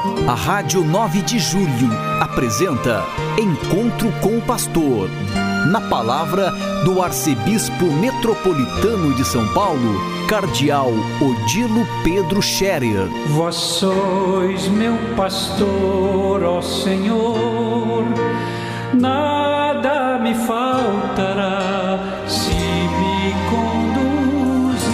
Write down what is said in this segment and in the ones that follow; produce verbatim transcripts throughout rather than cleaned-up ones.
A Rádio nove de Julho apresenta Encontro com o Pastor. Na palavra do Arcebispo Metropolitano de São Paulo, Cardeal Odilo Pedro Scherer. Vós sois meu pastor, ó Senhor, nada me faltará se me conduzis.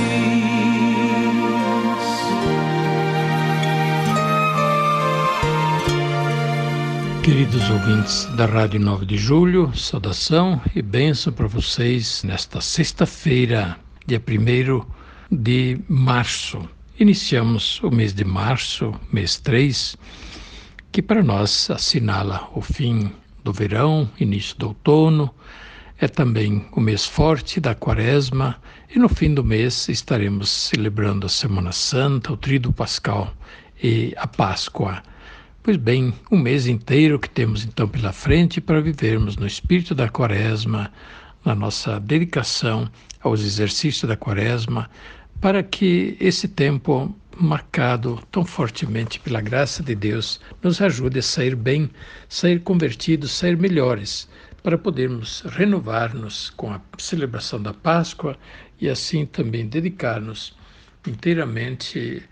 Queridos ouvintes da Rádio nove de Julho, saudação e bênção para vocês nesta sexta-feira, dia primeiro de março. Iniciamos o mês de março, mês três, que para nós assinala o fim do verão, início do outono. É também o mês forte da Quaresma e no fim do mês estaremos celebrando a Semana Santa, o Tríduo Pascal e a Páscoa. Pois bem, um mês inteiro que temos então pela frente para vivermos no espírito da Quaresma, na nossa dedicação aos exercícios da Quaresma, para que esse tempo marcado tão fortemente pela graça de Deus nos ajude a sair bem, sair convertidos, sair melhores, para podermos renovar-nos com a celebração da Páscoa e assim também dedicar-nos inteiramente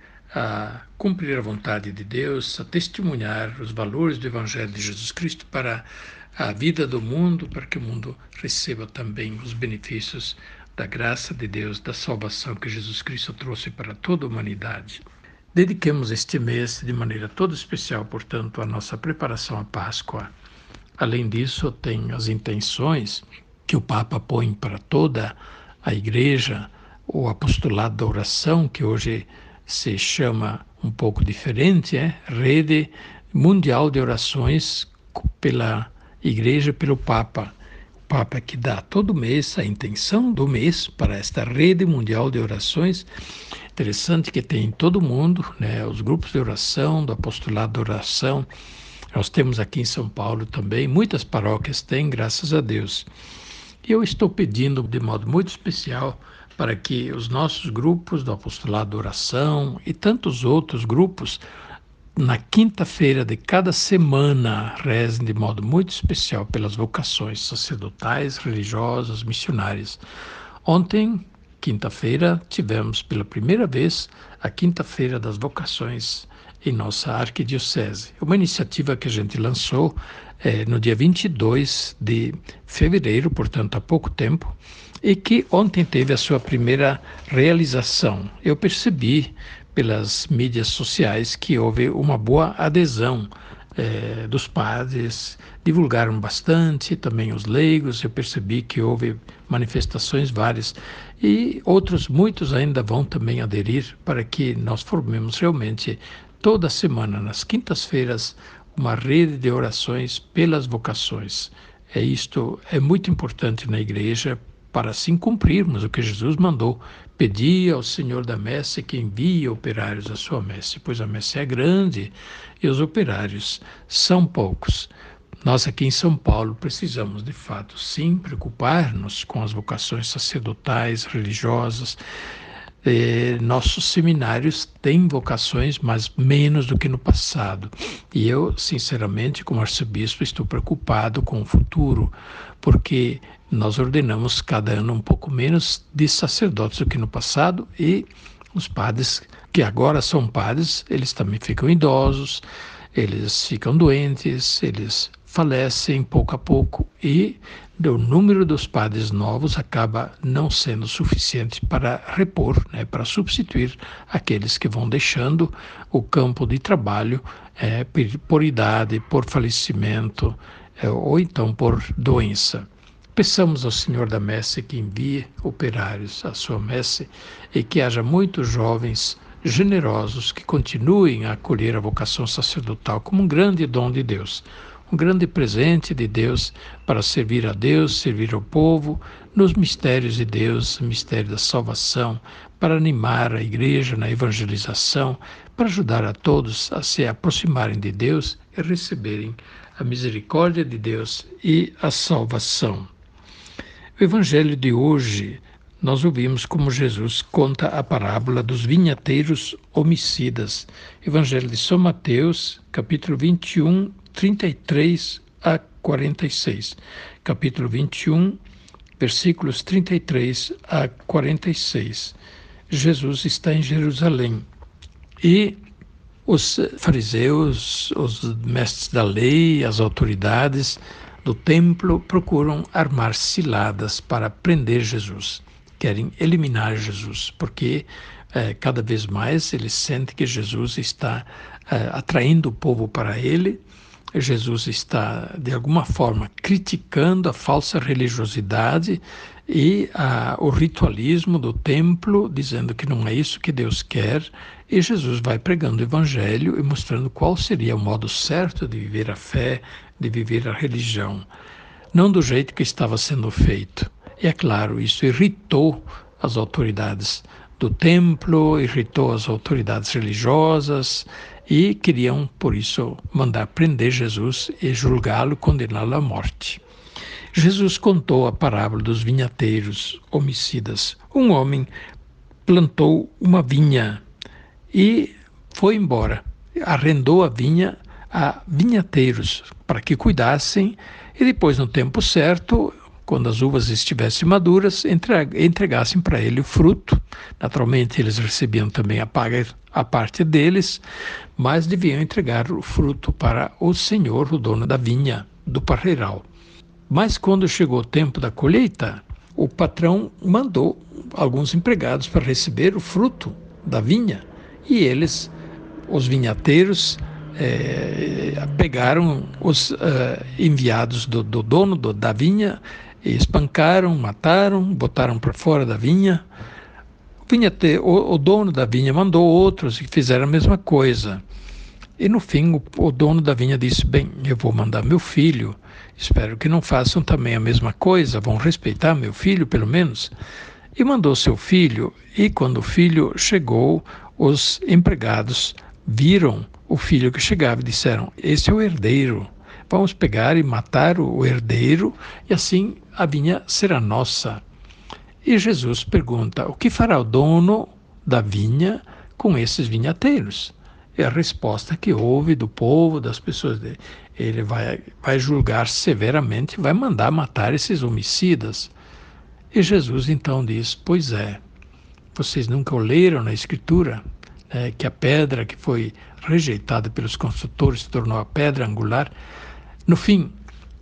a cumprir a vontade de Deus, a testemunhar os valores do Evangelho de Jesus Cristo para a vida do mundo, para que o mundo receba também os benefícios da graça de Deus, da salvação que Jesus Cristo trouxe para toda a humanidade. Dediquemos este mês de maneira toda especial, portanto, à nossa preparação à Páscoa. Além disso, tem as intenções que o Papa põe para toda a Igreja, o apostolado da oração, que hoje se chama um pouco diferente, é Rede Mundial de Orações pela Igreja, pelo Papa. O Papa que dá todo mês a intenção do mês para esta Rede Mundial de Orações. Interessante que tem em todo mundo, né, os grupos de oração, do apostolado da oração. Nós temos aqui em São Paulo também, muitas paróquias têm, graças a Deus. E eu estou pedindo de modo muito especial para que os nossos grupos do apostolado da oração e tantos outros grupos, na quinta-feira de cada semana, rezem de modo muito especial pelas vocações sacerdotais, religiosas, missionárias. Ontem, quinta-feira, tivemos pela primeira vez a quinta-feira das vocações em nossa arquidiocese. Uma iniciativa que a gente lançou é, no dia vinte e dois de fevereiro, portanto há pouco tempo, e que ontem teve a sua primeira realização. Eu percebi pelas mídias sociais que houve uma boa adesão eh, dos padres, divulgaram bastante, também os leigos, eu percebi que houve manifestações várias e outros, muitos ainda vão também aderir para que nós formemos realmente toda semana, nas quintas-feiras, uma rede de orações pelas vocações. É isto, é muito importante na Igreja, para assim cumprirmos o que Jesus mandou. Pedi ao Senhor da messe que envie operários à sua messe, pois a messe é grande e os operários são poucos. Nós aqui em São Paulo precisamos, de fato, sim, preocupar-nos com as vocações sacerdotais, religiosas. Eh, nossos seminários têm vocações, mas menos do que no passado. E eu, sinceramente, como arcebispo, estou preocupado com o futuro, porque nós ordenamos cada ano um pouco menos de sacerdotes do que no passado e os padres que agora são padres, eles também ficam idosos, eles ficam doentes, eles falecem pouco a pouco e o número dos padres novos acaba não sendo suficiente para repor, né, para substituir aqueles que vão deixando o campo de trabalho é, por idade, por falecimento é, ou então por doença. Peçamos ao Senhor da messe que envie operários à sua messe e que haja muitos jovens generosos que continuem a acolher a vocação sacerdotal como um grande dom de Deus, um grande presente de Deus para servir a Deus, servir ao povo, nos mistérios de Deus, mistério da salvação, para animar a Igreja na evangelização, para ajudar a todos a se aproximarem de Deus e receberem a misericórdia de Deus e a salvação. O Evangelho de hoje nós ouvimos como Jesus conta a parábola dos vinhateiros homicidas. Evangelho de São Mateus, capítulo vinte e um, trinta e três a quarenta e seis. Capítulo vinte e um, versículos trinta e três a quarenta e seis. Jesus está em Jerusalém e os fariseus, os mestres da lei, as autoridades do templo procuram armar ciladas para prender Jesus. Querem eliminar Jesus, porque eh, cada vez mais eles sentem que Jesus está eh, atraindo o povo para ele. Jesus está, de alguma forma, criticando a falsa religiosidade e a, o ritualismo do templo, dizendo que não é isso que Deus quer. E Jesus vai pregando o evangelho e mostrando qual seria o modo certo de viver a fé, de viver a religião. Não do jeito que estava sendo feito. E é claro, isso irritou as autoridades do templo, irritou as autoridades religiosas e queriam, por isso, mandar prender Jesus e julgá-lo, condená-lo à morte. Jesus contou a parábola dos vinhateiros homicidas. Um homem plantou uma vinha e foi embora. Arrendou a vinha a vinhateiros para que cuidassem e depois, no tempo certo, quando as uvas estivessem maduras, entregassem para ele o fruto. Naturalmente, eles recebiam também a paga, a parte deles, mas deviam entregar o fruto para o senhor, o dono da vinha, do parreiral. Mas quando chegou o tempo da colheita, o patrão mandou alguns empregados para receber o fruto da vinha, e eles, os vinhateiros, eh, pegaram os eh, enviados do, do dono do, da vinha, espancaram, mataram, botaram para fora da vinha. O, vinhateiro, o, o dono da vinha mandou outros que fizeram a mesma coisa. E no fim o, o dono da vinha disse: bem, eu vou mandar meu filho, espero que não façam também a mesma coisa, vão respeitar meu filho pelo menos. E mandou seu filho, e quando o filho chegou, os empregados viram o filho que chegava e disseram: esse é o herdeiro. Vamos pegar e matar o herdeiro e assim a vinha será nossa. E Jesus pergunta: o que fará o dono da vinha com esses vinhateiros? E a resposta que houve do povo, das pessoas dele: ele vai, vai julgar severamente, vai mandar matar esses homicidas. E Jesus então diz: pois é, vocês nunca leram na Escritura, né, que a pedra que foi rejeitada pelos construtores se tornou a pedra angular? No fim,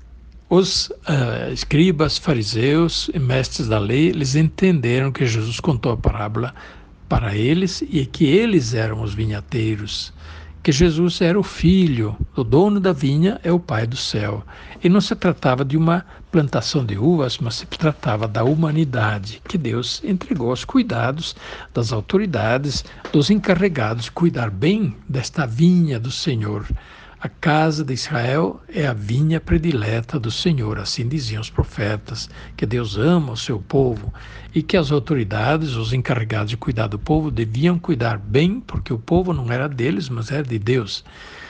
os uh, escribas, fariseus e mestres da lei, eles entenderam que Jesus contou a parábola para eles e que eles eram os vinhateiros, que Jesus era o filho, o dono da vinha é o Pai do céu. E não se tratava de uma plantação de uvas, mas se tratava da humanidade, que Deus entregou aos cuidados das autoridades, dos encarregados de cuidar bem desta vinha do Senhor. A casa de Israel é a vinha predileta do Senhor, assim diziam os profetas, que Deus ama o seu povo e que as autoridades, os encarregados de cuidar do povo, deviam cuidar bem, porque o povo não era deles, mas era de Deus.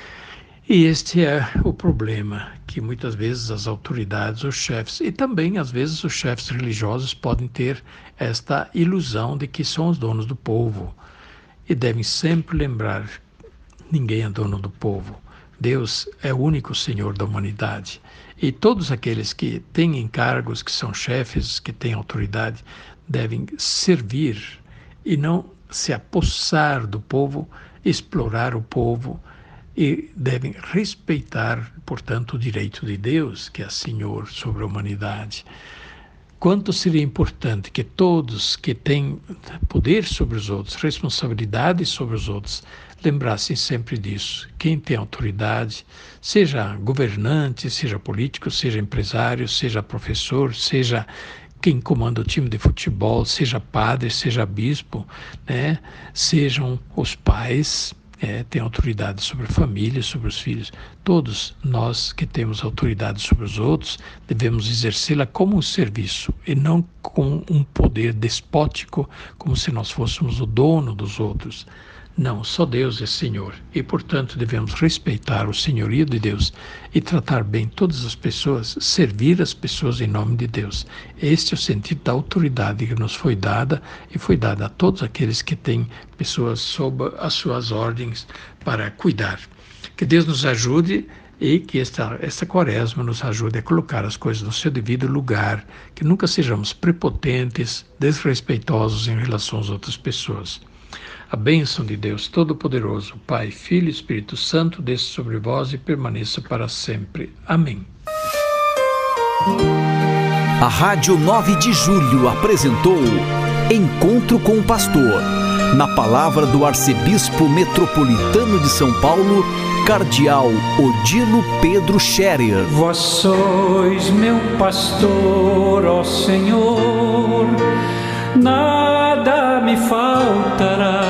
E este é o problema, que muitas vezes as autoridades, os chefes, e também às vezes os chefes religiosos podem ter esta ilusão de que são os donos do povo. E devem sempre lembrar: ninguém é dono do povo. Deus é o único Senhor da humanidade. E todos aqueles que têm encargos, que são chefes, que têm autoridade, devem servir e não se apossar do povo, explorar o povo, e devem respeitar, portanto, o direito de Deus, que é Senhor sobre a humanidade. Quanto seria importante que todos que têm poder sobre os outros, responsabilidade sobre os outros, lembrassem sempre disso. Quem tem autoridade, seja governante, seja político, seja empresário, seja professor, seja quem comanda o time de futebol, seja padre, seja bispo, né? Sejam os pais, é, têm autoridade sobre a família, sobre os filhos. Todos nós que temos autoridade sobre os outros devemos exercê-la como um serviço e não com um poder despótico, como se nós fôssemos o dono dos outros. Não, só Deus é Senhor e, portanto, devemos respeitar o senhorio de Deus e tratar bem todas as pessoas, servir as pessoas em nome de Deus. Este é o sentido da autoridade que nos foi dada e foi dada a todos aqueles que têm pessoas sob as suas ordens para cuidar. Que Deus nos ajude e que esta, esta quaresma nos ajude a colocar as coisas no seu devido lugar, que nunca sejamos prepotentes, desrespeitosos em relação às outras pessoas. A bênção de Deus Todo-Poderoso, Pai, Filho e Espírito Santo, desça sobre vós e permaneça para sempre. Amém. A Rádio nove de Julho apresentou Encontro com o Pastor, na palavra do Arcebispo Metropolitano de São Paulo, Cardeal Odilo Pedro Scherer. Vós sois meu pastor, ó Senhor, nada me faltará.